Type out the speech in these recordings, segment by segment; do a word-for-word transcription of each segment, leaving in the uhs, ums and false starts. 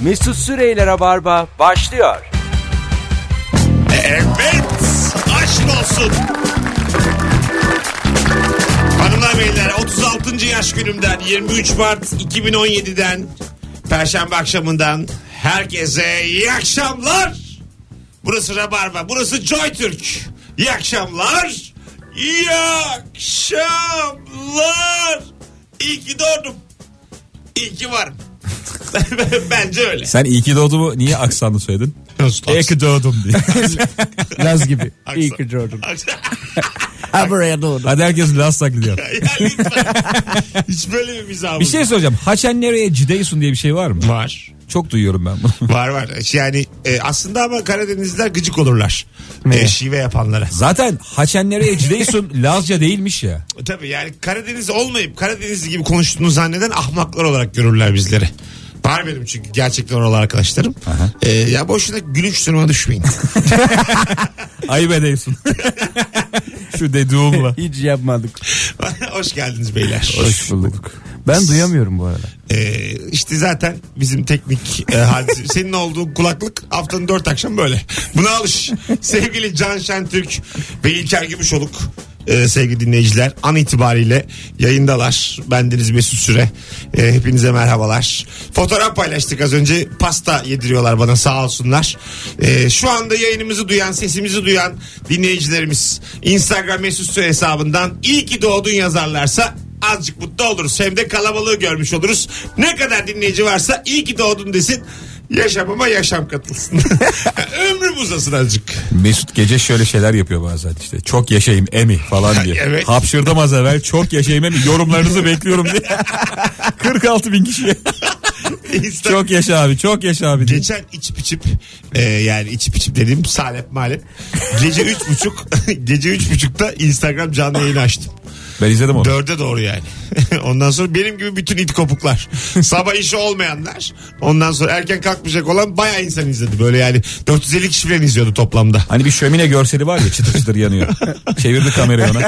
Mesut Süreyler'e barba başlıyor. Evet, aşk olsun. Hanımlar beyler, otuz altıncı yaş günümden, yirmi üç Mart iki bin on yedi'den Perşembe akşamından herkese iyi akşamlar. Burası Rabarba, burası Joy Türk. İyi akşamlar. İyi akşamlar. İyi ki doğdum. İyi ki varım. Bence öyle. Sen iyi ki doğdu mu? Niye aksanlı söyledin? İyi ki doğdum diye. Laz gibi. İyi ki doğdum. Ha buraya doğdum. Hadi herkes Laz taklidi. Ya lütfen. Hiç böyle bir mizahımız. Bir şey soracağım. Haçen nereye cideysun diye bir şey var mı? Var. Çok duyuyorum ben bunu. Var var. Yani e, aslında ama Karadenizliler gıcık olurlar. E, şive yapanlara. Zaten Haçen nereye cideysun Lazca değilmiş ya. Tabii yani Karadeniz olmayıp Karadenizli gibi konuştuğunu zanneden ahmaklar olarak görürler bizleri. Var benim çünkü gerçekten oralı arkadaşlarım. Ee, ya boşuna gülünç duruma düşmeyin. Ayıp ediyorsun. Şu dediğimle. Hiç yapmadık. Hoş geldiniz beyler. Hoş bulduk. Ben duyamıyorum bu arada. Ee, işte zaten bizim teknik e, hadise. Senin olduğun kulaklık haftanın dört akşam böyle. Buna alış. Sevgili Can Şentürk ve İlker Gümüşoluk. Ee, sevgili dinleyiciler, an itibariyle yayındalar. Bendeniz Mesut Süre. Ee, hepinize merhabalar. Fotoğraf paylaştık az önce. Pasta yediriyorlar bana, sağ olsunlar. Ee, şu anda yayınımızı duyan, sesimizi duyan dinleyicilerimiz Instagram Mesut Süre hesabından iyi ki doğdun yazarlarsa azıcık mutlu oluruz. Hem de kalabalığı görmüş oluruz. Ne kadar dinleyici varsa iyi ki doğdun desin. Yaşamıma yaşam katılsın. Ömrüm uzasın azıcık. Mesut gece şöyle şeyler yapıyor bazen işte. Çok yaşayayım emi falan diye. Evet. Hapşırdım az evvel. Çok yaşayayım emi. Yorumlarınızı bekliyorum diye. kırk altı bin kişiye. Çok yaşa abi, çok yaşa abi diye. Geçen içip içip e, yani içip içip dediğim salep malep. Gece üç buçuk gece üç buçukta Instagram canlı yayını açtım. Ben izledim onu. Dörde doğru yani. Ondan sonra benim gibi bütün it kopuklar. Sabah işi olmayanlar. Ondan sonra erken kalkmayacak olan bayağı insan izledi. Böyle yani dört yüz elli kişi falan izliyordu toplamda. Hani bir şömine görseli var ya, çıtır çıtır yanıyor. Çevirdi kamerayı ona.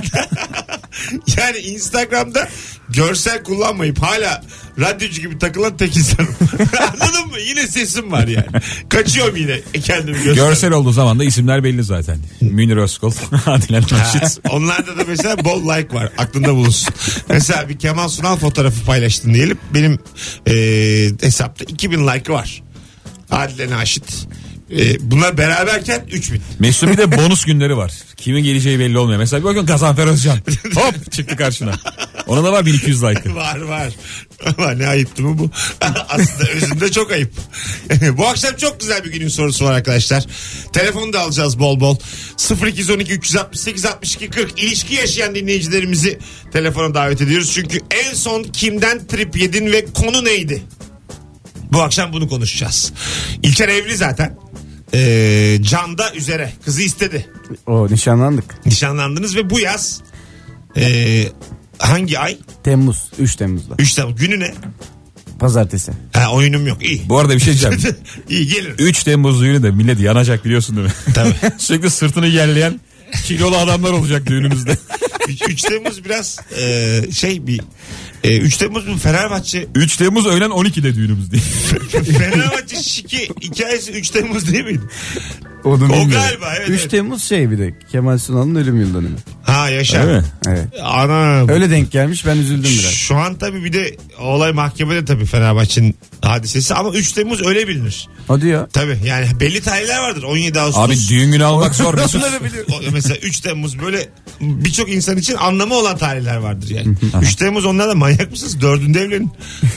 Yani Instagram'da görsel kullanmayıp hala radyocu gibi takılan tek insanım. Anladın mı? Yine sesim var yani. Kaçıyorum yine kendimi göster. Görsel olduğu zaman da isimler belli zaten. Münir Özkul, Adilen Naşit. Onlarda da mesela bol like var. Aklında bulunsun. Mesela bir Kemal Sunal fotoğrafı paylaştın diyelim. Benim e, hesapta iki bin like var. Adile Naşit. E, bunlar beraberken üç bin. Mesut'un bir de bonus günleri var. Kimin geleceği belli olmuyor. Mesela bir bakın Gazanfer Özcan. Hop çıktı karşına. Ona da var bin iki yüz like. Var var. Ama ne ayıptı mı bu? Aslında özünde çok ayıp. Bu akşam çok güzel bir günün sorusu var arkadaşlar. Telefonu da alacağız bol bol. sıfır iki on iki üç altı sekiz altmış iki kırk ilişki yaşayan dinleyicilerimizi telefona davet ediyoruz. Çünkü en son kimden trip yedin ve konu neydi? Bu akşam bunu konuşacağız. İlker evli zaten. Ee, Can da üzere. Kızı istedi. O nişanlandık. Nişanlandınız ve bu yaz e, hangi ay? Temmuz. üç Temmuz'da. üç Temmuz. Günü ne? Pazartesi. Ha, oyunum yok. İyi. Bu arada bir şey diyeceğim. İyi gelir. üç Temmuz düğünü de millet yanacak biliyorsun değil mi? Tabii. Sürekli sırtını yerleyen kilolu adamlar olacak düğünümüzde. üç Temmuz biraz e, şey bir e, üç Temmuz mu Fenerbahçe? üç Temmuz öğlen on ikide düğünümüz değil. Fenerbahçe şiki hikayesi üç Temmuz değil miydi? Onu O bilmiyorum. galiba evet. üç evet. Temmuz şey bir de Kemal Sunal'ın ölüm yıl dönümü. Ha yaşa. Değil mi? Evet. Ana. Öyle denk gelmiş, ben üzüldüm biraz. Şu an tabii bir de olay mahkemede tabii Fenerbahçe'nin hadisesi ama üç Temmuz öyle bilinir. Hadi ya. Tabii yani belli tarihler vardır. on yedi Ağustos. Abi düğün günü almak zor. Mesut. O, mesela üç Temmuz böyle birçok insan için anlamı olan tarihler vardır yani. üç Temmuz onlar da manyak mısınız? Dördünde evlenin.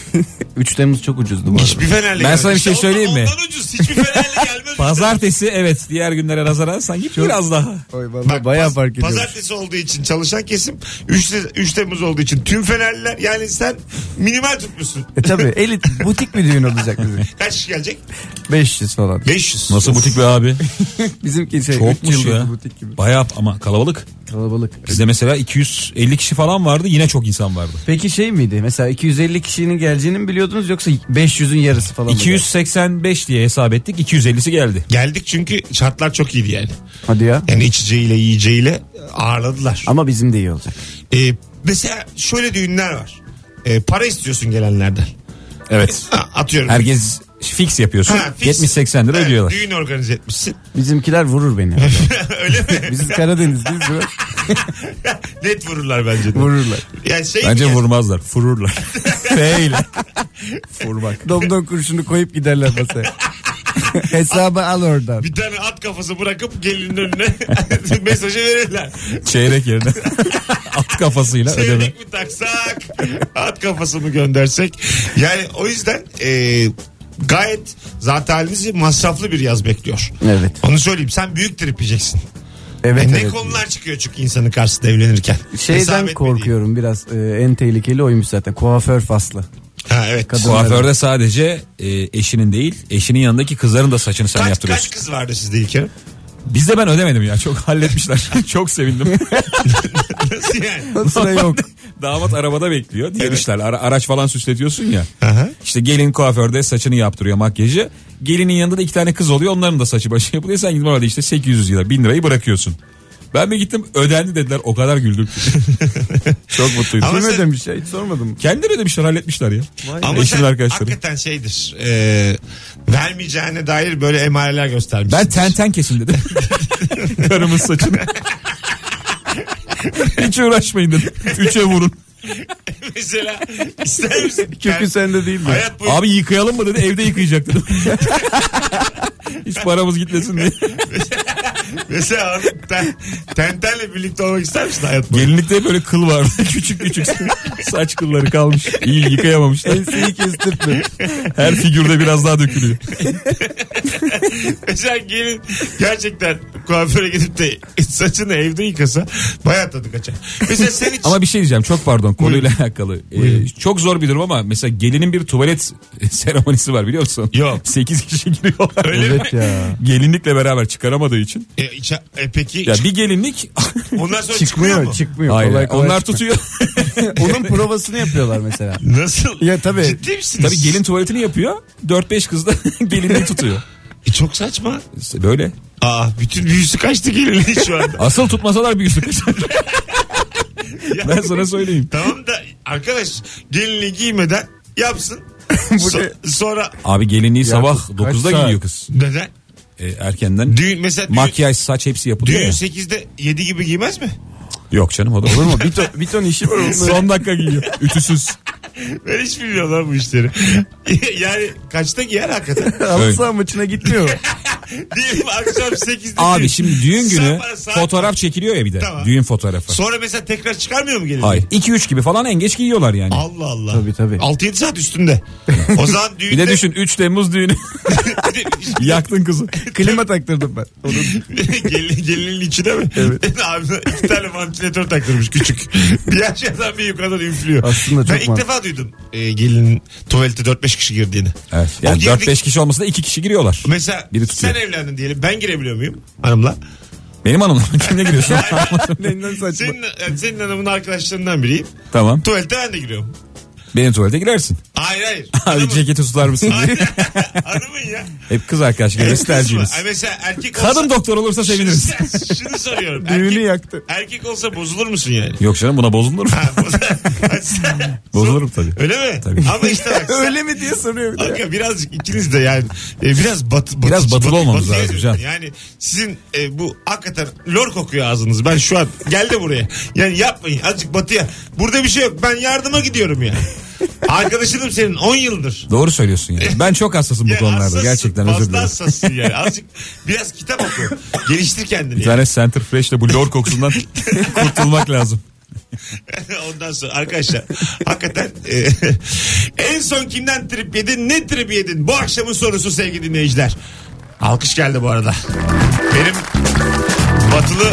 üç Temmuz çok ucuzdu bu arada. Hiçbir Fenerli Ben sana bir şey İşte söyleyeyim ondan, mi? Ondan ucuz. Hiçbir Fenerli gelmez. Pazartesi evet, diğer günlere nazaran sanki biraz daha. Oy, Bak, bayağı paz- fark ediyormuş. Pazartesi olduğu için çalışan kesim, üç Temmuz olduğu için tüm Fenerliler, yani sen minimal tutmuşsun. E tabi elit butik bir düğün olacak bizim. Kaç kişi gelecek? beş yüz falan. beş yüz. Nasıl butik be abi? Bizimki şey üç Çokmuş yıllık ya. butik gibi. Bayağı ama kalabalık. Kalabalık. Bizde mesela iki yüz elli kişi falan vardı, yine çok insan vardı. Peki şey miydi? Mesela iki yüz elli kişinin geleceğini mi biliyordunuz yoksa beş yüzün yarısı falan mı? iki yüz seksen beş diye hesap ettik, iki yüz ellisi geldi. Geldik çünkü şartlar çok iyiydi yani. Hadi ya. Yani içeceğiyle yiyeceğiyle ağırladılar. Ama bizim de iyi olacak. Ee, mesela şöyle düğünler var. Ee, para istiyorsun gelenlerden. Evet. A- Atıyorum. Herkes fix yapıyorsun. Ha, fix. yetmiş seksen lira Evet, ödüyorlar. düğün organize etmişsin. Bizimkiler vurur beni. Öyle mi? Biz Karadenizliyiz değil mi? Net vururlar bence de. Vururlar. Yani şey Bence mi? vurmazlar. Fururlar. F ile. Furmak. Domdom kurşunu koyup giderler masaya. Hesabı al oradan. Bir tane at kafası bırakıp gelinin önüne mesajı verirler. Çeyrek yerine. At kafasıyla ödeme. Çeyrek mi taksak? At kafası mı göndersek? Yani o yüzden e, gayet zaten halinizi masraflı bir yaz bekliyor. Evet. Onu söyleyeyim. Sen büyük trip yiyeceksin. Evet, E, ne evet. konular çıkıyor çünkü insanın karşısında evlenirken. Şeyden Hesap etmediği. korkuyorum biraz. Ee, en tehlikeli oymuş zaten. Kuaför faslı. Ha, evet. Kadınlar- Kuaförde sadece e, eşinin değil, eşinin yanındaki kızların da saçını sen Kaç, yaptırıyorsun. kaç kız vardı sizde İlker? Bizde ben ödemedim ya. Çok halletmişler. Çok sevindim. Nasıl yani? O sıra yok. Damat arabada bekliyor. Diğer Evet. işler. Ara- araç falan süsletiyorsun ya. Aha. İşte gelin kuaförde saçını yaptırıyor, makyajı. Gelinin yanında da iki tane kız oluyor. Onların da saçı başı yapılıyor. Sen gidip orada işte sekiz yüz lira, bin lirayı bırakıyorsun. Ben bir gittim, ödendi dediler. O kadar güldüm. Çok mutluydum. Ama Kim sen- ödemiş ya hiç sormadım. Kendileri ödemişler, halletmişler ya. Ama Eşin sen arkadaşları. hakikaten şeydir. E, vermeyeceğine dair böyle emareler göstermişsin. Ben ten ten kesin dedim. Karımın saçını. Hiç uğraşmayın dedim. Üçe vurun. Mesela ister misin? Kökü sende değil mi? Hayat boyu Abi yıkayalım mı dedi, evde yıkayacak dedim. Hiç paramız gitmesin diye. mesela abi, ten, tentenle birlikte olmak ister misin hayat boyu? Gelinlikte böyle kıl var. Küçük küçük saç kılları kalmış. İyi yıkayamamışlar. Enseyi kestirdim. Her figürde biraz daha dökülüyor. Mesela gelin gerçekten kuaföre gidip de saçını evde yıkasa bayağı tadı kaçar. Mesela sen hiç... Ama bir şey diyeceğim, çok pardon konuyla alakalı. Ee, Buyurun. çok zor bir durum ama mesela gelinin bir tuvalet seremonisi var, biliyor musun? Yok. sekiz kişi giriyorlar. Öyle Evet ya. Gelinlikle beraber çıkaramadığı için. E, içe- e, peki Ya bir gelinlik ondan sonra çıkmıyor Çıkmıyor mu? çıkmıyor. hayır, Kolay kolay onlar çıkmıyor. tutuyor. Onun provasını yapıyorlar mesela. Nasıl? Ya tabii. Ciddi misiniz? Tabii gelin tuvaletini yapıyor. dört beş kız da gelinliği tutuyor. E, çok saçma. İşte böyle. Aa, bütün büyüsü kaçtı gelinin şu anda. Asıl tutmasalar büyüsü kaçar. Ya, Ben sana söyleyeyim. tamam da arkadaş gelinliği giymeden yapsın. Bu So- ne? sonra Abi gelinliği sabah kaç dokuzda saat? giyiyor kız. neden? E, erkenden. Düğün mesela düğün, Makyaj, saç hepsi yapılıyor düğün ya. sekizde yedi gibi giymez mi? Yok canım, o da Olur mu? Bir ton, bir ton işi var onun. Son dakika giyiyor. Ütüsüz. Ben hiç bilmiyorum lan bu işleri. Yani kaçta giyer hakikaten? Halı saha maçına gitmiyor. Diyelim akşam sekizde. Abi düğün. şimdi düğün Sen günü bana saat- fotoğraf çekiliyor ya bir de. Tamam. Düğün fotoğrafı. Sonra mesela tekrar çıkarmıyor mu gelin? Hayır. iki üç gibi falan en geç giyiyorlar yani. Allah Allah. Tabii, tabii. altı yedi saat üstünde. O zaman düğünde... Bir de düşün üç Temmuz düğünü. Bir de- Yaktın kızı. Klima taktırdım ben. Onun Gelin, gelinin içine mi? Evet. Abi iki tane vantilatör taktırmış küçük. Bir aşağıdan bir yukarıdan üflüyor. Aslında çok ben ilk mantıklı. defa duydum e, gelinin tuvalete dört beş kişi girdiğini. Evet. O Yani girdik- dört beş kişi olmasa da iki kişi giriyorlar. Mesela Biri tutuyor. sen evlendin diyelim. Ben girebiliyor muyum hanımla? Benim hanımla kimle giriyorsun? neyden saçma. Senin, yani senin hanımın arkadaşlarından biriyim. Tamam. Tuvalete ben de giriyorum. Benim tuvalete girersin. Hayır hayır. Abi Hanımın- ceketi tutar mısın diye. Hanımın ya. Hep kız arkadaş Evet, göresi kız mı? tercihimiz. Ay mesela erkek olsa... Kadın doktor olursa seviniriz. Şunu, şunu soruyorum. Düğünü Erkek, yaktı. erkek olsa bozulur musun yani? Yok canım, buna bozulur mu? Ha, boz- Bozulurum tabii. Öyle mi? Tabii. Ama işte bak. sen- Öyle mi diye soruyor bir de. Aga birazcık ikiniz de yani e, biraz batı, Biraz batıcı- batılı batı- olmamız batıya lazım dönün. Can. Yani sizin e, bu hakikaten lor kokuyor ağzınız. Ben şu an geldi buraya. Yani yapmayın azıcık batıya. Burada bir şey yok. Ben yardıma gidiyorum ya. Arkadaşınım senin on yıldır. Doğru söylüyorsun yani. Ben çok hassasım bu Ya konularda. hassasın, Gerçekten özür fazla dilerim. hassassın yani. Azıcık biraz kitap oku. Geliştir kendini. Bir tane Center Fresh'le bu lor kokusundan kurtulmak lazım. Ondan sonra arkadaşlar hakikaten e, en son kimden trip yedin, ne trip yedin? Bu akşamın sorusu sevgili dinleyiciler. Alkış geldi bu arada. Benim batılı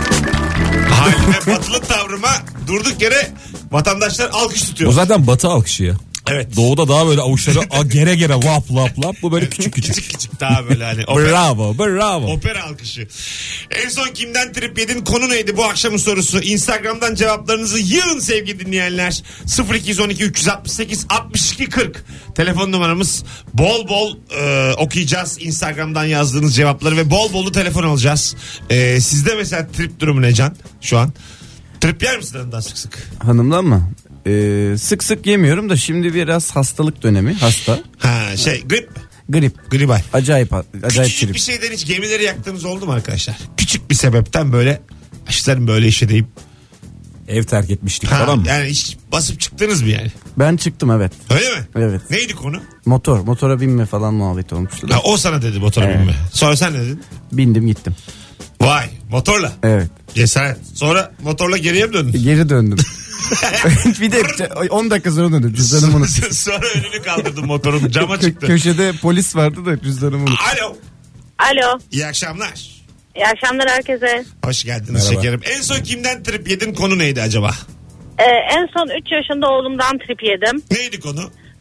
halime, batılı tavrıma durduk yere vatandaşlar alkış tutuyor. O zaten batı alkışı ya. Evet. Doğuda daha böyle avuçları a, gere gere lap lap lap. Bu böyle küçük küçük. Küçük küçük daha böyle hani. Opera, Bravo bravo. opera alkışı. En son kimden trip yedin konu neydi bu akşamın sorusu? Instagram'dan cevaplarınızı yığın sevgili dinleyenler. sıfır iki on iki üç altı sekiz altmış iki kırk telefon numaramız. Bol bol e, okuyacağız Instagram'dan yazdığınız cevapları ve bol bolu telefon alacağız. E, sizde mesela trip durumu ne Can şu an? Trip yer misin hanımdan sık sık? Hanımdan mı? Ee, sık sık yemiyorum da şimdi biraz hastalık dönemi. Hasta. Ha şey grip mi? Grip. Gribal. Acayip acayip Küçücük grip. bir şeyden hiç gemileri yaktığınız oldu mu arkadaşlar? Küçük bir sebepten böyle başlarım böyle işe deyip. Ev terk etmiştik Ha, falan mı? yani hiç basıp çıktınız mı yani? Ben çıktım evet. Öyle mi? Evet. Neydi konu? Motor. Motora binme falan muhabbet olmuştu. Ha, o sana dedi motora Evet. binme. Sonra sen ne dedin? Bindim gittim. Vay motorla. Evet. Cesaret. Sonra motorla geriye mi döndün? Geri döndüm. Bir de on dakika sonra döndüm. Cüzdanımı unuttum. Sonra önünü kaldırdın motorun cama çıktı. Köşede polis vardı da cüzdanımı unuttum. Alo. Alo. İyi akşamlar. İyi akşamlar herkese. Hoş geldiniz Merhaba. şekerim. En son kimden trip yedin, konu neydi acaba? Ee, en son üç yaşında oğlumdan trip yedim. Neydi konu?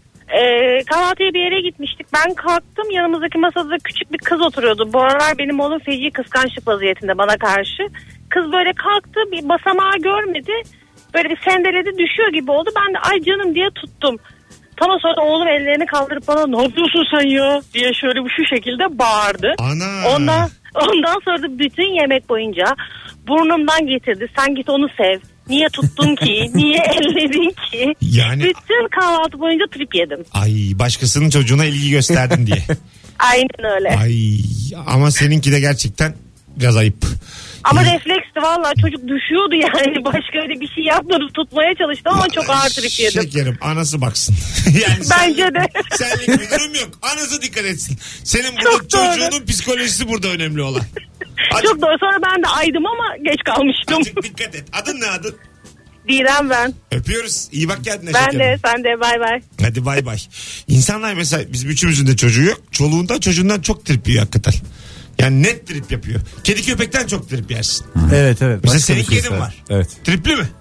Ee, kahvaltıya bir yere gitmiştik. Ben kalktım, yanımızdaki masada küçük bir kız oturuyordu. Bu aralar benim oğlum feci kıskançlık vaziyetinde bana karşı. Kız böyle kalktı, bir basamağı görmedi. Böyle bir sendeledi, düşüyor gibi oldu. Ben de ay canım diye tuttum. Tam o sırada oğlum ellerini kaldırıp bana ne yapıyorsun sen ya diye şöyle bu şu şekilde bağırdı. Ana. Ondan, ondan sonra da bütün yemek boyunca burnumdan getirdi. Sen git onu sev. Niye tuttun ki? Niye elledin ki? Yani- Bütün kahvaltı boyunca trip yedim. Ay başkasının çocuğuna ilgi gösterdin diye. Aynen öyle. Ay ama seninki de gerçekten biraz ayıp. Ama İyi. refleksti vallahi, çocuk düşüyordu yani. Başka öyle bir şey yapmadım, tutmaya çalıştım ama çok ağır trip yedim. Şekerim anası baksın. yani Bence senlik, de. Senlik bir durum yok. Anası dikkat etsin. Senin burada Çok doğru. çocuğunun psikolojisi burada önemli olan. Azıcık, Çok doğru, sonra ben de aydım ama geç kalmıştım. azıcık dikkat et. Adın ne adın? Didem ben. Öpüyoruz. İyi bak kendine Ben şekerim. de, sen de, bay bay. Hadi bay bay. İnsanlar mesela bizim üçümüzün de çocuğu yok. Çoluğundan çocuğundan çok trip yiyor hakikaten. Yani net trip yapıyor. Kedi köpekten çok trip yersin. Evet evet. Mesela Başka senin bir şey kedin var. Evet. Tripli mi?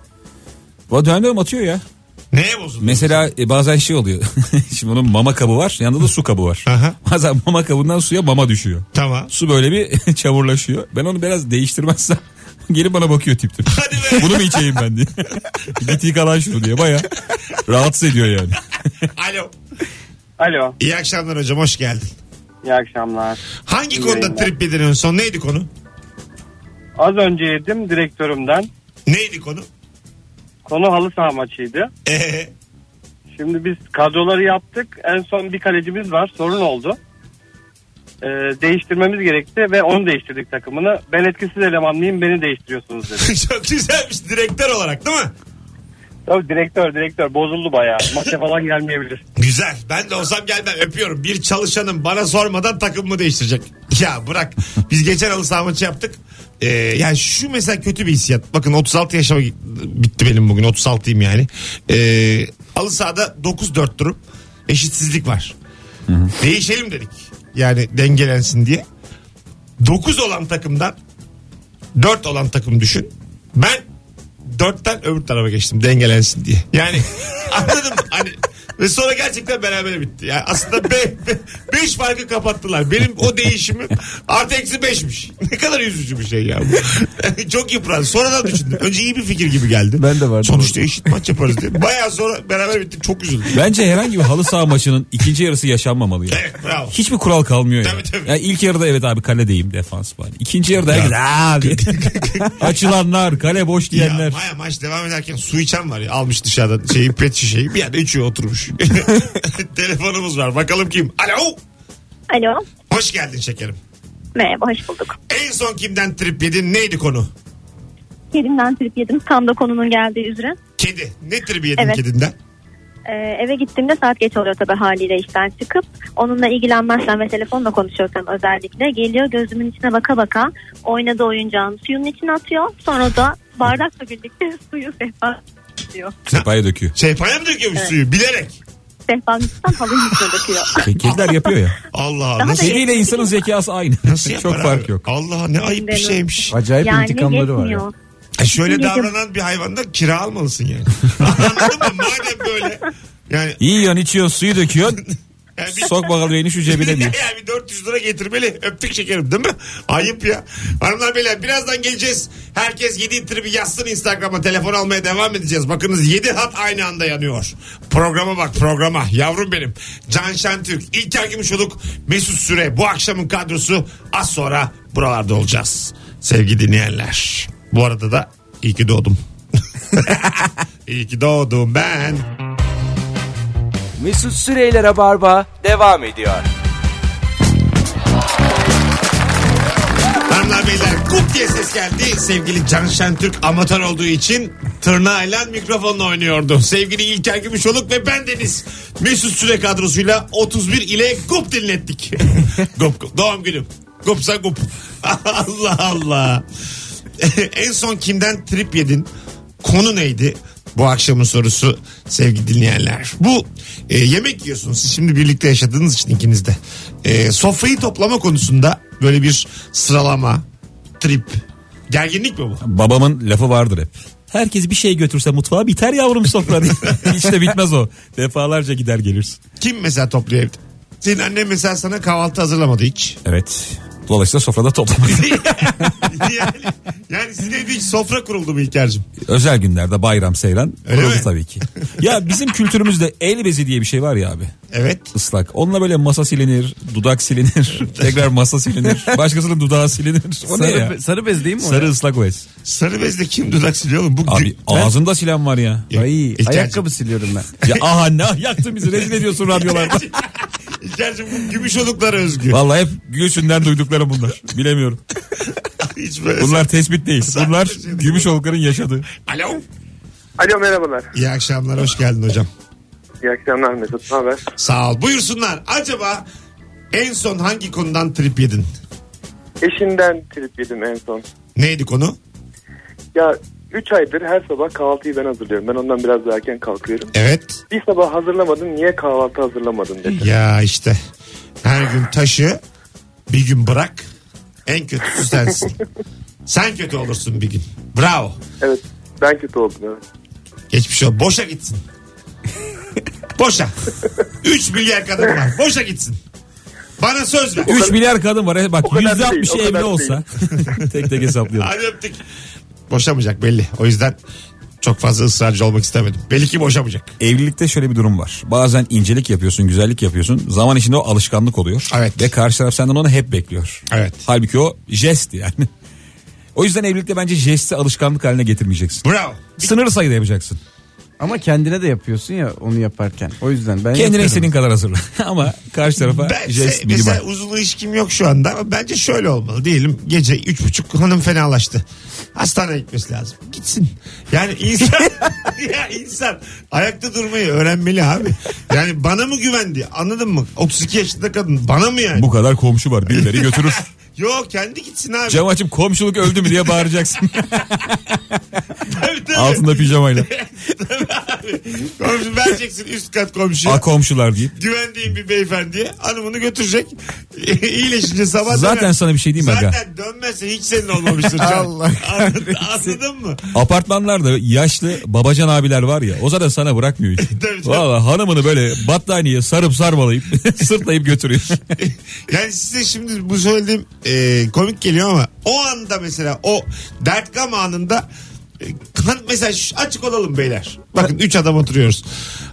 O dönem atıyor ya. Neye bozuldu? Mesela e, bazen şey oluyor. Şimdi onun mama kabı var. Yanında da su kabı var. Aha. Bazen mama kabından suya mama düşüyor. Tamam. Su böyle bir çamurlaşıyor. Ben onu biraz değiştirmezsem gelip bana bakıyor tip tip. Hadi be. Bunu mu içeyim ben diye. Git yıka lan şunu diye. Baya rahatsız ediyor yani. Alo. Alo. İyi akşamlar hocam, hoş geldin. İyi akşamlar. Hangi İyi konuda yayınlar. trip yedin en son? Neydi konu? Az önce yedim direktörümden. Neydi konu? Konu halı saha maçıydı. Ee, Şimdi biz kadroları yaptık. En son bir kalecimiz var. Sorun oldu. Ee, değiştirmemiz gerekti ve onu değiştirdik takımını. Ben etkisiz elemanlıyım, beni değiştiriyorsunuz dedi. çok güzelmiş direktör olarak değil mi? Tabii direktör direktör bozuldu bayağı. Maça falan gelmeyebilir. Güzel. Ben de olsam gelmem, öpüyorum. Bir çalışanım bana sormadan takımımı değiştirecek. Ya bırak. Biz geçen halı saha maçı yaptık. Ee, yani şu mesela kötü bir hissiyat. Bakın otuz altı yaşıma bitti benim bugün. otuz altıyım yani. Ee, halı sahada dokuz dört durum. Eşitsizlik var. Hı hı. Değişelim dedik. Yani dengelensin diye. dokuz olan takımdan dört olan takım düşün. Ben dörtten öbür tarafa geçtim dengelensin diye. Yani anladın mı? Hani ve sonra gerçekten beraber bitti. Yani aslında be, be, beş farkı kapattılar. Benim o değişimim artı eksi beşmiş. Ne kadar üzücü bir şey ya bu. Çok yıprandı. Sonradan düşündüm. Önce iyi bir fikir gibi geldi. Ben de vardım. Sonuçta eşit maç yaparız diye. Bayağı sonra beraber bittik. Çok üzüldüm. Bence herhangi bir halı saha maçının ikinci yarısı yaşanmamalı ya. Evet, bravo. Hiçbir kural kalmıyor ya. Tabii, tabii. Yani ilk yarıda evet abi kaledeyim, defans var. İkinci yarıda herkes abi açılanlar, kale boş Ya, diyenler. Maya maç devam ederken su içen var ya, almış dışarıdan şeyi, pet şişeyi bir yerde içiyor oturmuş. Telefonumuz var, bakalım kim? Alo. Alo. Hoş geldin şekerim. Merhaba, hoş bulduk. En son kimden trip yedin, neydi konu? Kedimden trip yedim. Tam da konunun geldiği üzere. Kedi. Ne tribi yedin Evet. kedinden? Ee, eve gittiğimde saat geç oluyor tabii haliyle işten çıkıp. Onunla ilgilenmezsem ve telefonla konuşuyorsam özellikle geliyor, gözümün içine baka baka oynadığı oyuncağını suyun içine atıyor. Sonra da bardakla birlikte suyu sehpa atıyor. Sehpaya döküyor. Sehpaya mı döküyormuş Evet. suyu bilerek? Sehpanın üstünden halının üstüne döküyor. Kediler yapıyor ya. Allah Allah. Daha Nasıl, da- Kediyle insanın zekası aynı. nasıl yapar Çok abi? fark yok. Allah, ne ayıp bir şeymiş. Acayip Yani intikamları var ya. yetmiyor. E şöyle Yedim. davranan bir hayvandan kira almalısın yani. Anladın mı? Madem böyle. Yani, Yiyorsun, içiyorsun, suyu döküyorsun. yani bir, Sok bakalım elini şu cebine diye. yani bir dört yüz lira getirmeli. Öptük şekerim, değil mi? Ayıp ya. Hanımlar beyler, birazdan geleceğiz. Herkes yedi tribi yazsın Instagram'a. Telefon almaya devam edeceğiz. Bakınız yedi hat aynı anda yanıyor. Programa bak, programa. Yavrum benim. Can Şentürk, İlker Gümüşoluk, Mesut Süre. Bu akşamın kadrosu, az sonra buralarda olacağız. Sevgili dinleyenler. Bu arada da iyi ki doğdum. İyi ki doğdum ben. Mesut Süreyler'e barba devam ediyor. Hanımlar beyler kup diye ses geldi. Sevgili Can Şentürk amatör olduğu için tırnağıyla mikrofonla oynuyordu. Sevgili İlker Gümüşoluk ve bendeniz Mesut Süre kadrosuyla otuz bir ile kup dinlettik. Kup kup doğum günüm. Kupsa kup. Allah Allah. En son kimden trip yedin? Konu neydi? Bu akşamın sorusu sevgili dinleyenler. Bu e, yemek yiyorsunuz. Siz şimdi birlikte yaşadığınız için ikiniz de. E, sofrayı toplama konusunda böyle bir sıralama, trip, gerginlik mi bu? Babamın lafı vardır hep. Herkes bir şey götürse mutfağa biter yavrum sofra diye. Hiç de bitmez o. Defalarca gider gelirsin. Kim mesela topluyor evde? Senin annen mesela sana kahvaltı hazırlamadı hiç. Evet. Dolayısıyla sofrada toplamadım. yani, yani sizin evde hiç sofra kuruldu mu İlker'cim? Özel günlerde bayram seyran Öyle kuruldu mi? tabii ki. Ya bizim kültürümüzde el bezi diye bir şey var ya abi. Evet. Islak. Onunla böyle masa silinir, dudak silinir, tekrar masa silinir, başkasının dudağı silinir. O ne ya? Sarı, sarı bez değil mi o? Sarı ya? ıslak bez. Sarı bezle kim dudak siliyor oğlum? Bu Abi gü- ağzında silen var ya. Ay, İlker'cim. ayakkabı siliyorum ben. Ya aha ne yaktın bizi, rezil ediyorsun radyolarda. İlker'cim bu gümüşoluklara özgü. Vallahi hep Gülsün'den duyduklarım bunlar. Bilemiyorum. Hiç böyle Bunlar tespit değil. Bunlar Sadece şey Gümüşolukların yaşadığı. Alo. Alo merhabalar. İyi akşamlar, hoş geldin hocam. İyi akşamlar Mesut. Ne haber? Sağ ol. Buyursunlar. Acaba en son hangi konudan trip yedin? Eşinden trip yedim en son. Neydi konu? Ya üç aydır her sabah kahvaltıyı ben hazırlıyorum. Ben ondan biraz daha erken kalkıyorum. Evet. Bir sabah hazırlamadın, niye kahvaltı hazırlamadın dedi. Ya işte her gün taşı, bir gün bırak. En kötüsü sensin. Sen kötü olursun bir gün. Bravo. Evet, ben kötü oldum evet. Geçmiş ol. Boşa gitsin. Boşa. üç milyar kadın var. Boşa gitsin. Bana söz ver. üç milyar kadın var. Bak o kadar yüzde altmışı değil, o evli kadar olsa. tek tek hesaplayalım. Hadi öptük. Boşamayacak belli. O yüzden çok fazla ısrarcı olmak istemedim. Belli ki boşamayacak. Evlilikte şöyle bir durum var. Bazen incelik yapıyorsun, güzellik yapıyorsun. Zaman içinde o alışkanlık oluyor. Evet. Ve karşı taraf senden onu hep bekliyor. Evet. Halbuki o jest yani. O yüzden evlilikte bence jesti alışkanlık haline getirmeyeceksin. Bravo. Sınırlı sayıda yapacaksın. Ama kendine de yapıyorsun ya onu yaparken. O yüzden ben Kendine yapıyorum. istediğin kadar hazırla. Ama karşı tarafa Ben jest mesela minimal. uzun ilişkim yok şu anda ama bence şöyle olmalı. Diyelim gece üç buçuk hanım fenalaştı. Hastaneye gitmesi lazım. Gitsin. Yani insan ya insan ayakta durmayı öğrenmeli abi. Yani bana mı güvendi? Anladın mı? otuz iki yaşında kadın bana mı yani? Bu kadar komşu var, birileri götürür. Yok kendi gitsin abi. Cam açıp komşuluk öldü mü diye bağıracaksın. Tabii, tabii. Altında pijamayla. Komşu vereceksin üst kat komşuya. A komşular deyip. Güvendiğin bir beyefendiye hanımını götürecek. İyileşince sabah Zaten döner. sana bir şey diyeyim mi aga? Zaten dönmezse hiç senin olmamıştır canım. Allah Anladın, anladın mı? Apartmanlarda yaşlı babacan abiler var ya, o zaten sana bırakmıyor hiç. Tabii, tabii. Valla hanımını böyle battaniye sarıp sarmalayıp sırtlayıp götürüyor. Yani size şimdi bu söylediğim e, komik geliyor ama o anda mesela o dert gam anında e, kan- mesela şu- açık olalım beyler. Bakın üç adam oturuyoruz.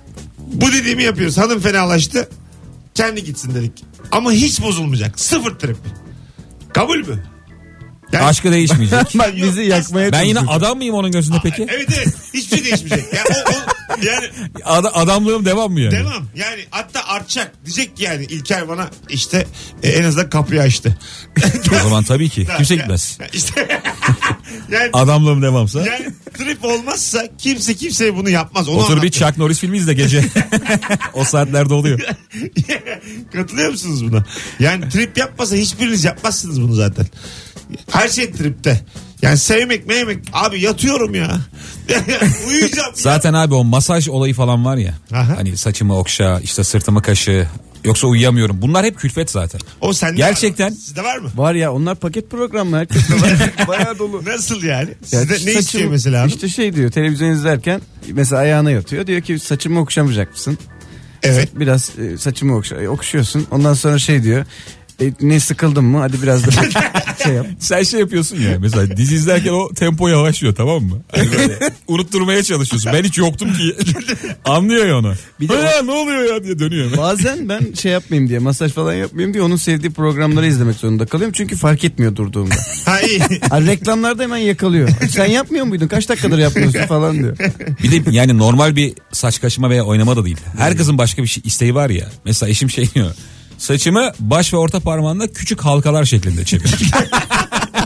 Bu dediğimi yapıyoruz. Hanım fenalaştı. Kendi gitsin dedik. Ama hiç bozulmayacak. Sıfır trip. Kabul mü? Yani- Aşkı değişmeyecek. Bak Yok, bizi yakmaya Ben yine çalışıyor. adam mıyım onun gözünde peki? Evet evet. Hiçbir şey değişmeyecek. Yani, o, o, yani Ad- adamlığım devam mı yani? devam. Yani hatta artacak. Diyecek ki yani İlker bana işte e, en azından kapıyı açtı. O zaman tabii ki. Kimse Ya- gitmez. ya İşte yani, Adamlığım devamsa. yani trip olmazsa kimse kimseye bunu yapmaz. Onu Otur bir anlatıyor. Chuck Norris filmi izle gece. O saatlerde oluyor. Katılıyor musunuz buna? Yani trip yapmasa hiçbiriniz yapmazsınız bunu zaten. Her şey tripte. Yani sevmek meymek abi yatıyorum ya. Uyuyacağım. Zaten abi o masaj olayı falan var ya. Aha. Hani saçımı okşa, işte sırtımı kaşı. Yoksa uyuyamıyorum. Bunlar hep külfet zaten. O sende Gerçekten. var mı? Sizde var mı? Var ya onlar paket programı herkes de var. Bayağı dolu. Nasıl yani? Ya Sizde ne saçım- istiyor mesela abi? İşte şey diyor televizyon izlerken mesela ayağına yatıyor. Diyor ki saçımı okşamayacak mısın? Evet. Biraz e, saçımı okşa, e, okşuyorsun. Ondan sonra şey diyor. E, ne sıkıldın mı? Hadi biraz da şey yap. Sen şey yapıyorsun ya, mesela dizi izlerken o tempo yavaşlıyor, tamam mı? Hani böyle unutturmaya çalışıyorsun. Ben hiç yoktum ki. Anlıyor ya onu. Bir de "Ha, ne oluyor ya" diye dönüyor. Bazen ben şey yapmayayım diye masaj falan yapmayayım diye onun sevdiği programları izlemek zorunda kalıyorum. Çünkü fark etmiyor durduğumda. Ha iyi. Hani reklamlarda hemen yakalıyor. Sen yapmıyor muydun? Kaç dakikadır yapmıyorsun falan diyor. Bir de yani normal bir saç kaşıma veya oynama da değil. Her kızın başka bir şey isteği var ya. Mesela eşim şey diyor. Saçımı baş ve orta parmağında küçük halkalar şeklinde çevir.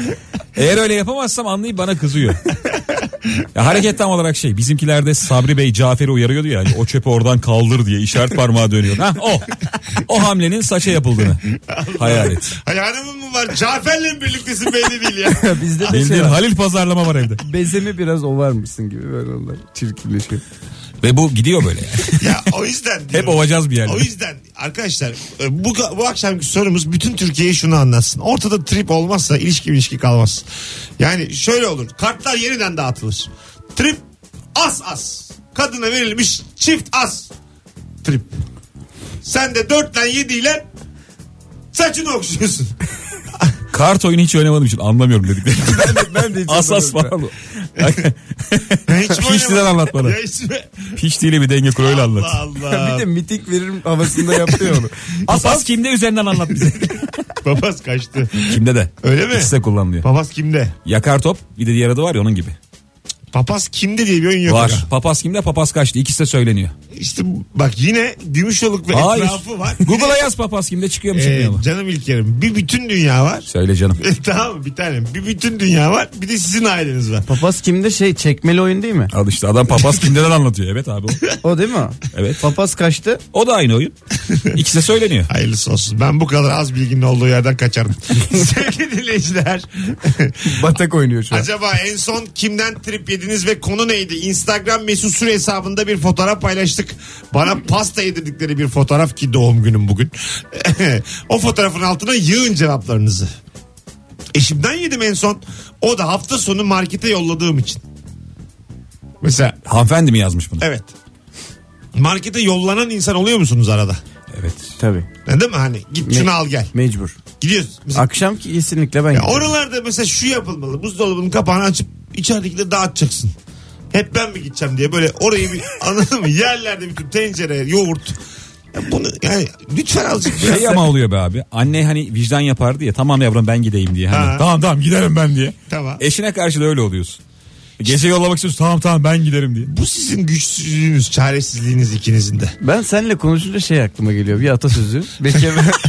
Eğer öyle yapamazsam anlayıp bana kızıyor. Ya hareket tam olarak şey, bizimkilerde Sabri Bey Cafer'i uyarıyordu ya, o çöpü oradan kaldır diye işaret parmağı dönüyor. Ha o. O hamlenin saça yapıldığını hayal et. Hay hanımın mı var? Cafer'le mi birliktesin belli değil ya. Bizde de Bildiğin şey var. Halil pazarlama var evde. Bezemi biraz ovarmışsın gibi böyle onlar çirkinleşiyor. Ve bu gidiyor böyle yani. Ya o yüzden Hep diyorum. ovacağız bir yerde. O yüzden arkadaşlar bu, bu akşamki sorumuz bütün Türkiye'ye şunu anlatsın. Ortada trip olmazsa ilişki ilişki kalmaz. Yani şöyle olur. Kartlar yeniden dağıtılır. Trip as as. Kadına verilmiş çift as. Trip. Sen de dörtle yediyle saçını okşuyorsun. Kart oyunu hiç oynamadığım için anlamıyorum dediklerini. Ben de, ben de hiç Asas anlamıyorum. falan. Hiç mi Piştiden oynamadın? anlat bana. Ya hiç mi? Piştiyle bir denge kuruyla anlat. Allah Allah. Bir de mitik veririm havasında yaptı ya onu. Asas kimde üzerinden anlat bize. Papaz kaçtı. Kimde de. Öyle mi? İkisi de kullanılıyor. Papaz kimde? Yakar top, bir de diğer adı var ya onun gibi. Papaz kimde diye bir oyun yok. Var. aga. Papaz kimde, papaz kaçtı. İkisi de söyleniyor. İşte bak yine Gümüşoluk ve Hayır. etrafı var. Google'a yaz papaz kimde, çıkıyor mu Ee, çıkmıyor mu? canım İlker'im bir bütün dünya var. Söyle canım. Tamam mı bir tanem. Bir bütün dünya var. Bir de sizin aileniz var. Papaz kimde şey çekmeli oyun değil mi? Al işte adam papaz kimdeden anlatıyor. Evet abi o. O değil mi o? Evet. Papaz kaçtı. O da aynı oyun. İkisi de söyleniyor. Hayırlısı olsun. Ben bu kadar az bilginin olduğu yerden kaçarım. Sevgili dinleyiciler. Batak oynuyor şu an. Acaba en son kimden trip yediniz ve konu neydi? Instagram Mesut Süre hesabında bir fotoğraf paylaştık. Bana pasta yedirdikleri bir fotoğraf ki doğum günüm bugün. O fotoğrafın altına yığın cevaplarınızı. Eşimden yedim en son. O da hafta sonu markete yolladığım için. Mesela Hanımefendi mi yazmış bunu? evet. Markete yollanan insan oluyor musunuz arada? Evet. Tabii. Değil mi hani git şunu Me- al gel. Mecbur. Gidiyoruz. Mesela, Akşam ki kesinlikle ben ya gidiyorum. oralarda mesela şu yapılmalı. Buzdolabının kapağını açıp içeridekileri dağıtacaksın. Hep ben mi gideceğim diye böyle orayı bir anladın mı? Yerlerde bütün tencere, yoğurt. Ya bunu yani lütfen azıcık biraz Şey da- ama oluyor be abi. Anne hani vicdan yapardı ya, tamam yavrum ben gideyim diye. Hani, Ha. tamam tamam giderim ben diye. Tamam. Eşine karşı da öyle oluyorsun. Gece yollamak istiyorsun, tamam tamam ben giderim diye. Bu sizin güçsüzlüğünüz, çaresizliğiniz ikinizin de. Ben seninle konuşunca şey aklıma geliyor. Bir atasözü. Bekar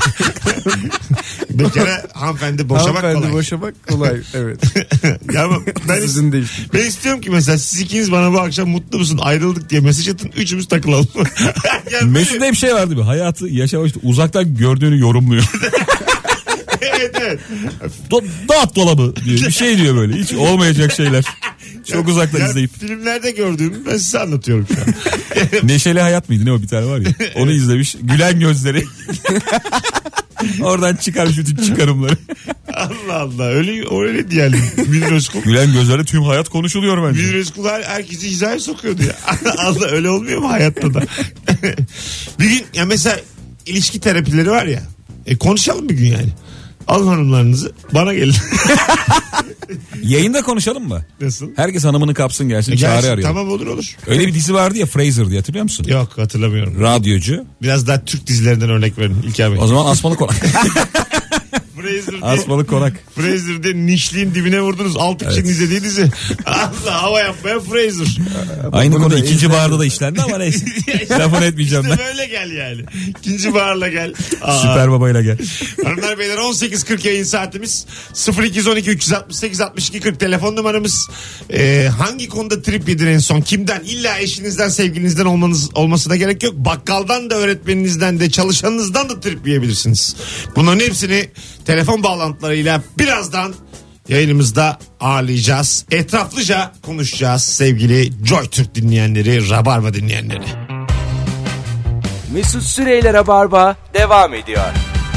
Bekara hanımefendi boşamak hanımefendi kolay. boşamak kolay. Evet. Ya ama ben, Sizin değişti. ben istiyorum ki mesela siz ikiniz bana bu akşam mutlu musun ayrıldık diye mesaj atın. Üçümüz takılalım. Yani Mesut'ta böyle- hep şey vardı bir, hayatı yaşamak işte uzaktan gördüğünü yorumluyor. evet evet. Do- dağıt dolabı diyor. Bir şey diyor böyle. Hiç olmayacak şeyler. Çok uzaktan Ya izleyip. filmlerde gördüğümü ben size anlatıyorum şu an. Neşeli Hayat mıydı ne o, bir tane var ya. Onu izlemiş. Gülen gözleri. Oradan çıkarmış bütün çıkarımları. Allah Allah öyle öyle diyelim. Münir Özkul. Gülen gözlerle tüm hayat konuşuluyor bence. Münir Özkul her- herkesi hizaya sokuyordu ya. Allah öyle olmuyor mu hayatta da? Bir gün ya mesela ilişki terapileri var ya. E konuşalım bir gün yani. Alın hanımlarınızı bana gelin. Yayında konuşalım mı? Nasıl? Herkes hanımını kapsın gelsin, E, çağrı gelsin, arıyor. tamam olur olur. Öyle bir dizi vardı ya, Fraser diye, hatırlıyor musun? Yok hatırlamıyorum. Radyocu. Biraz daha Türk dizilerinden örnek verin İlker Bey. O zaman Asmalı Konak. Fraser diye, Asmalı Konak. Fraser diye nişliğin dibine vurdunuz. Altı kişinin izlediği dizi. Allah hava yapmaya Fraser. Aynı Bunu konu da ikinci izledim. baharda da işlendi ama neyse. Lafını etmeyeceğim ben. İşte böyle gel yani. İkinci baharla gel. Aa. Süper babayla gel. Hanımlar beyler on sekiz kırk yayın saatimiz. sıfır iki on iki üç altı sekiz altmış iki kırk telefon numaramız. Ee, hangi konuda trip yedin en son? Kimden? İlla eşinizden, sevgilinizden olmanız olmasına gerek yok. Bakkaldan da, öğretmeninizden de, çalışanınızdan da trip yiyebilirsiniz. Bunların hepsini telefon bağlantılarıyla birazdan yayınımızda ağırlayacağız. Etraflıca konuşacağız sevgili Joy Türk dinleyenleri, Rabarba dinleyenleri. Mesut Süreyler'e barba devam ediyor.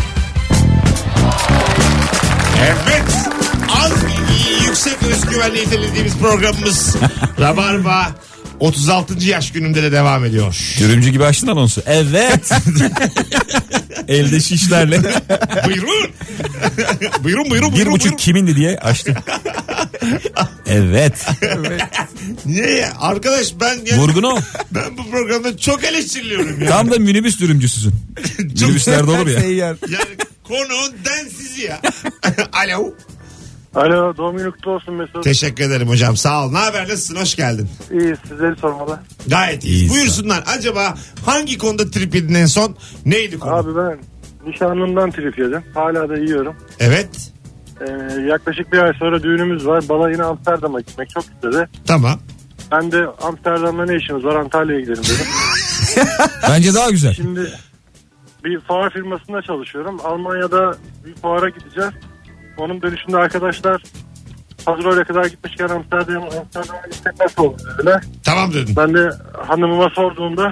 Evet. Az bilgi, yüksek özgüvenle itelediğimiz programımız Rabarba otuz altıncı yaş günümde de devam ediyor. Dürümcü gibi açtın anonsu. Evet. Elde şişlerle. Buyurun. buyurun buyurun Bir buyurun. buçuk buyurun. kimindi diye açtı. Evet. Niye ya? Arkadaş ben yani, Vurgun o. ben bu programda çok eleştiriliyorum ya. Tam da minibüs dürümcüsüsün. Minibüslerde olur ya. Seyyar. Yani konu densiz ya. Alo. Alo, doğum günü kutlu olsun Mesut. Teşekkür ederim hocam, sağ ol. Ne haber, nasılsın, hoş geldin. İyi, sizleri sormalı. Gayet iyi. İyiyiz. Buyursunlar. Acaba hangi konuda trip yedin en son? Neydi konu? Abi ben nişanlımdan trip yedim. Hala da yiyorum. Evet. Ee, yaklaşık bir ay sonra düğünümüz var. Bana yine Amsterdam'a gitmek çok istedi. Tamam. Ben de Amsterdam'da ne işiniz var, Antalya'ya gidelim dedim. Bence daha güzel. Şimdi bir fuar firmasında çalışıyorum. Almanya'da bir fuara gideceğiz. Onun dönüşünde arkadaşlar hazır oraya kadar gitmişken Amsterdam'a Amsterdam'a gitmek nasıl olur dediler. Tamam dedim. Ben de hanımıma sorduğumda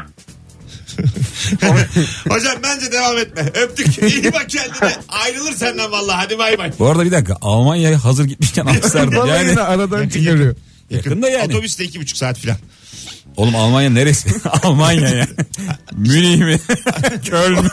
Hocam bence devam etme. Öptük. İyi bak kendine. Ayrılır senden vallahi. Hadi bay bay. Bu arada bir dakika, Almanya'ya hazır gitmişken Amsterdam. Bana Yani yine aradan çıkarıyor. yakında yani. Otobüste iki buçuk saat falan. Oğlum Almanya neresi? Almanya ya. Münih mi? Köln mü?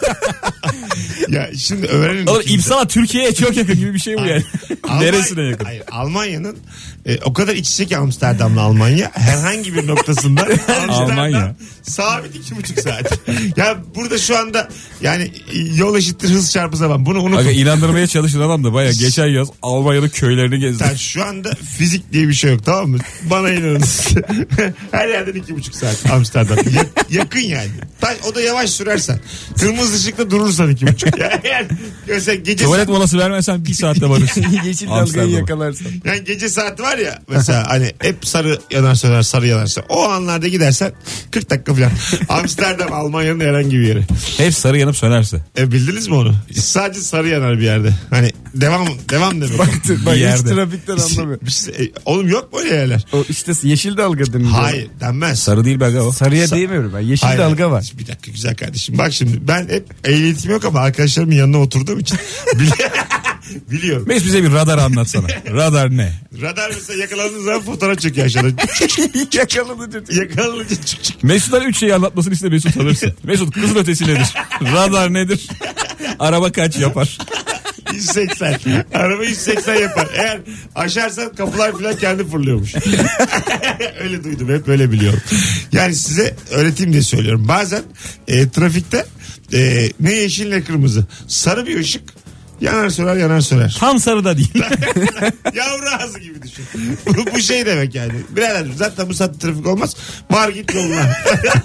Ya şimdi öğrenin. Oğlum İpsala Türkiye'ye çok yakın gibi bir şey bu yani. Neresine yakın? Hayır, Almanya'nın e, o kadar iç içe ki Amsterdam'la Almanya. Herhangi bir noktasında Amsterdam Almanya. sabit iki buçuk saat. Ya burada şu anda yani yol eşittir hız çarpı zaman. Bunu unutun. Aga inandırmaya çalışan adam da baya geçen yaz Almanya'nın köylerini gezdi. Sen şu anda fizik diye bir şey yok, tamam mı? Bana inanın. Her yerden iki buçuk saat Amsterdam. Ya- yakın yani. Ta- o da yavaş sürersen. Kırmızı ışıkta durursan iki buçuk. Yani, yani mesela gece Tuvalet molası vermezsen bir saatte varırsın. Yeşil dalgayı Amsterdam'a. yakalarsan. Yani gece saati var ya mesela hani hep sarı yanar söner sarı yanar söner. O anlarda gidersen kırk dakika falan. Amsterdam Almanya'nın herhangi bir yeri. Hep sarı yanıp sönerse. E, bildiniz mi onu? Sadece sarı yanar bir yerde. Hani devam devam demek. Baktır, bak Bir hiç yerde. trafikten anlamıyor. E, oğlum yok böyle yerler. O işte yeşil dalga deniliyor. Hayır denmez. Sarı değil be aga o. Sarıya Sa- değmiyorum ben. Yeşil Hayır, dalga var. Bir dakika güzel kardeşim. Bak şimdi ben hep ehliyetim yok ama arkadaşlarımın yanına oturduğum için bili- biliyorum. Mesut bize bir radar anlatsana. Radar ne? Radar mesela yakalandığınız zaman fotoğraf çekiyor aşağıda. Yakaladı. Yakalanınca çık çık. Mesut'tan üç şeyi anlatmasını iste, Mesut alırsın. Mesut kızıl ötesi nedir? Radar nedir? Araba kaç yapar? yüz seksen. Araba yüz seksen yapar. Eğer aşarsan kapılar falan kendi fırlıyormuş. Öyle duydum, hep öyle biliyorum. Yani size öğreteyim diye söylüyorum. Bazen e, trafikte e, ne yeşil ne kırmızı. Sarı bir ışık yanar söner yanar söner. Tam sarı da değil. Yavru ağzı gibi düşün. bu, bu şey demek yani. Birader zaten bu saatte trafik olmaz. Var git yoluna.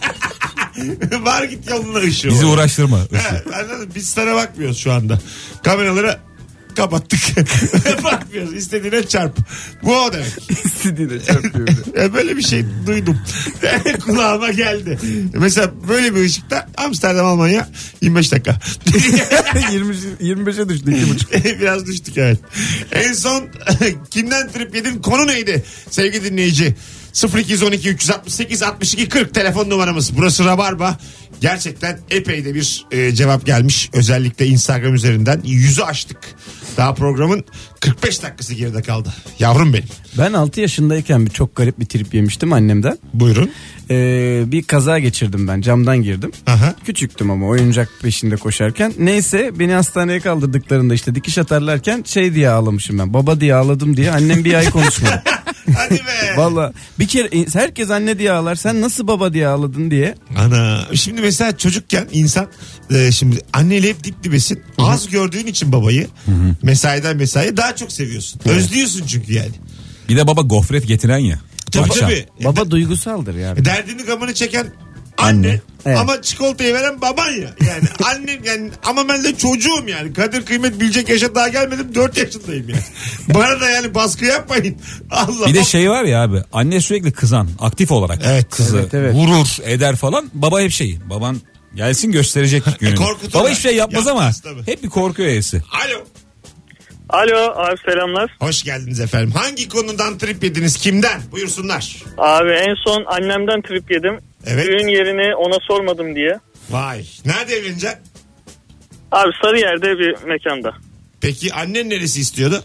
Var git yoluna ışığı. Bizi var. uğraştırma. Ha, anladın? Biz sana bakmıyoruz şu anda. Kameraları kapattık. Bakmıyoruz. İstediğine çarp. Bu o demek. İstediğine çarpıyor. Ya böyle bir şey duydum. Kulağıma geldi. Mesela böyle bir ışıkta Amsterdam Almanya yirmi beş dakika. yirmi, yirmi beşe düştü iki buçuk. Biraz düştük evet. En son kimden trip yedin konu neydi sevgili dinleyici? sıfır iki on iki üç altı sekiz altmış iki kırk telefon numaramız. Burası Rabarba. Gerçekten epey de bir e, cevap gelmiş. Özellikle Instagram üzerinden yüzü açtık. Daha programın kırk beş dakikası geride kaldı. Yavrum benim. Ben altı yaşındayken bir çok garip bir trip yemiştim annemden. Buyurun. Ee, bir kaza geçirdim ben, camdan girdim. Aha. Küçüktüm ama oyuncak peşinde koşarken. Neyse beni hastaneye kaldırdıklarında işte dikiş atarlarken şey diye ağlamışım ben. Baba diye ağladım diye annem bir ay konuşmadı. Hadi be. Valla bir kere herkes anne diye ağlar, sen nasıl baba diye ağladın diye. Ana. Şimdi mesela çocukken insan e, şimdi anneyle hep dip dibesin. Az gördüğün için babayı mesaiden mesaiye daha çok seviyorsun. Özlüyorsun çünkü yani. Bir de baba gofret getiren ya. Tabii Akşam. tabii. Baba duygusaldır yani. E, Derdini gamını çeken anne, Anne, evet. ama çikolatayı veren baban ya. Yani annem yani ama ben de çocuğum yani. Kadir kıymet bilecek yaşa daha gelmedim, dört yaşındayım yani. Bana da yani baskı yapmayın. Allah. Bir de şey var ya abi, anne sürekli kızan, aktif olarak Evet. kızı Evet, evet. vurur eder falan. Baba hep şey, baban gelsin gösterecek gününü. korkuturlar. Baba hiçbir şey yapmaz Yapmaz ama tabii. hep bir korku öğesi. Alo. Alo abi, selamlar. Hoş geldiniz efendim. Hangi konudan trip yediniz? Kimden? Buyursunlar. Abi en son annemden trip yedim. Evet. Düğün yerini ona sormadım diye. Vay. Nerede evleneceksin? Abi Sarıyer'de bir mekanda. Peki annen neresi istiyordu?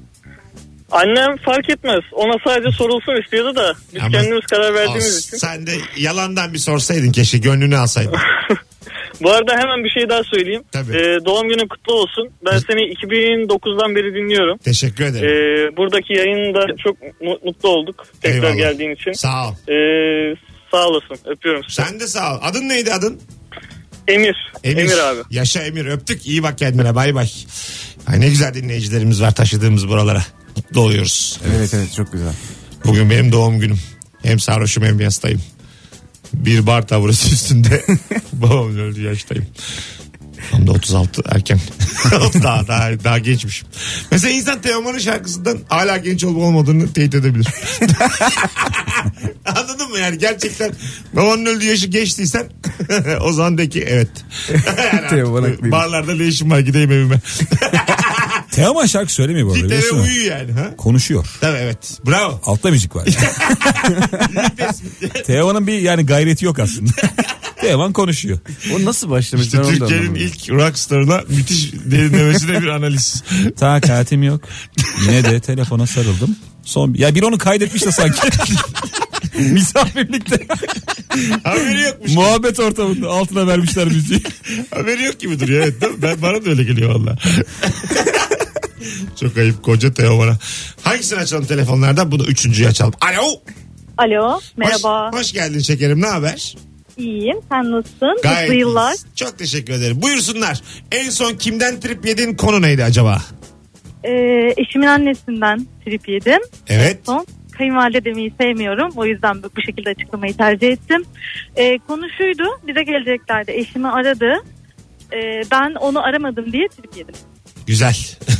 Annem fark etmez. Ona sadece sorulsun istiyordu da biz Ama- kendimiz karar verdiğimiz Olsun. için. Sen de yalandan bir sorsaydın keşke, gönlünü alsaydın. Bu arada hemen bir şey daha söyleyeyim. Tabii. Ee, doğum günün kutlu olsun. Ben seni iki bin dokuzdan beri dinliyorum. Teşekkür ederim. Ee, buradaki yayında çok mu- mutlu olduk. Tekrar Eyvallah. geldiğin için. Sağ ol. Ee, sağ olasın. Öpüyorum sizi. Sen de sağ ol. Adın neydi adın? Emir. Emir. abi. Yaşa Emir, öptük. İyi bak kendine, bay bay. Ay ne güzel dinleyicilerimiz var taşıdığımız buralara. Mutlu oluyoruz. Evet evet çok güzel. Bugün benim doğum günüm. Hem sarhoşum hem yastayım. Bir bar tavrısı üstünde babamın öldüğü yaştayım. Tam da otuz altı erken. daha, daha, daha gençmişim. Mesela insan Teoman'ın şarkısından hala genç olup olmadığını teyit edebilir. Anladın mı yani gerçekten babanın öldüğü yaşı geçtiysen o zaman de ki evet. Yani barlarda ne işim var gideyim evime. Teoman şarkı söylemiyor bu arada. Cidden uyuyor yani. Ha? Konuşuyor. Tabii evet. Bravo. Altta müzik var. Teoman'ın bir yani gayreti yok aslında. Teoman konuşuyor. O nasıl başlamış? İşte Türkiye'nin ilk rockstarına müthiş derinlemesine bir analiz. Takatim yok. Yine de telefona sarıldım. Son ya bir onu kaydetmiş de sanki. Misafirlikte. Haberi yokmuş. Muhabbet ortamında altına vermişler müziği. Haberi yok gibi duruyor evet değil mi? Ben, bana da öyle geliyor valla. Çok ayıp koca Teoman'a. Hangisini açalım telefonlardan? Bunu üçüncüyü açalım. Alo. Alo merhaba. Hoş, hoş geldin şekerim, ne haber? İyiyim, sen nasılsın? Gayet Mutlu yıllar. iyiyiz. Çok teşekkür ederim. Buyursunlar. En son kimden trip yedin, konu neydi acaba? Ee, eşimin annesinden trip yedim. Evet. En son kayınvalide demeyi sevmiyorum. O yüzden bu şekilde açıklamayı tercih ettim. Ee, konu şuydu. Bize geleceklerdi. Eşimi aradı. Ee, ben onu aramadım diye trip yedim. Güzel.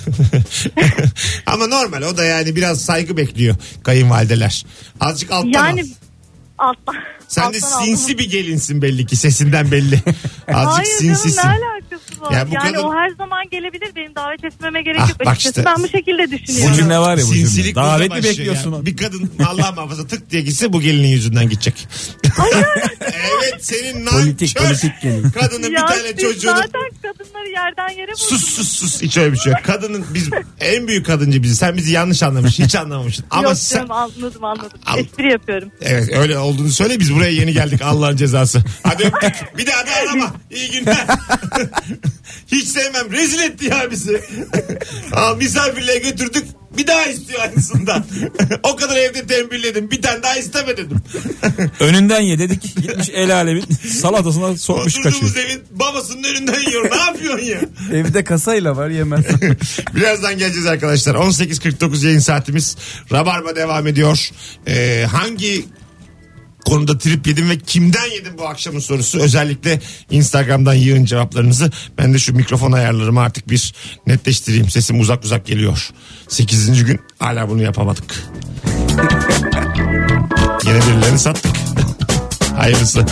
Ama normal, o da yani biraz saygı bekliyor kayınvalideler. Azıcık alttan yani, al. alttan. Sen de alttan sinsi aldım. bir gelinsin belli ki, sesinden belli. Azıcık Hayır sinsisin. canım, ne alakası var? Yani, yani kadın... o her zaman gelebilir. Benim davet etmeme gerek Ah, yok. bak Açıkçası işte. ben bu şekilde düşünüyorum. Bu cümle var ya bu Sinsilik cümle. burada Davet mi başlıyor bekliyorsun? ya. Bir kadın Allah muhafaza tık diye gitse bu gelinin yüzünden gidecek. Evet, senin Politik, nankör politik gelin. kadının bir Ya tane siz çocuğunu... zaten kadınları yerden yere vurdunuz. Sus sus sus, hiç öyle bir şey yok. Kadının biz en büyük kadıncı bizi. Sen bizi yanlış anlamış, hiç anlamamışsın. Ama Yok sen... canım, anladım anladım. Al- Espri yapıyorum. Evet, öyle olduğunu söyle, biz buraya yeni geldik, Allah'ın cezası. Hadi öptük. Bir daha da arama. İyi günler. Hiç sevmem. Rezil etti ya bizi. Al, misafirliğe götürdük. Bir daha istiyor aynısından. O kadar evde tembihledim. Bir tane daha isteme dedim. Önünden ye dedik. Gitmiş el alemin salatasına sokmuş Oturduğumuz kaçıyor. evin babasının önünden yiyor. Ne yapıyorsun ya? Evde kasayla var, yemez. Birazdan geleceğiz arkadaşlar. on sekiz kırk dokuz yayın saatimiz. Rabarba devam ediyor. Ee, hangi konuda trip yedim ve kimden yedim bu akşamın sorusu. Özellikle Instagram'dan yığın cevaplarınızı. Ben de şu mikrofon ayarlarımı artık bir netleştireyim. Sesim uzak uzak geliyor. sekizinci gün hala bunu yapamadık. Yine birilerini sattık. Hayırlısı.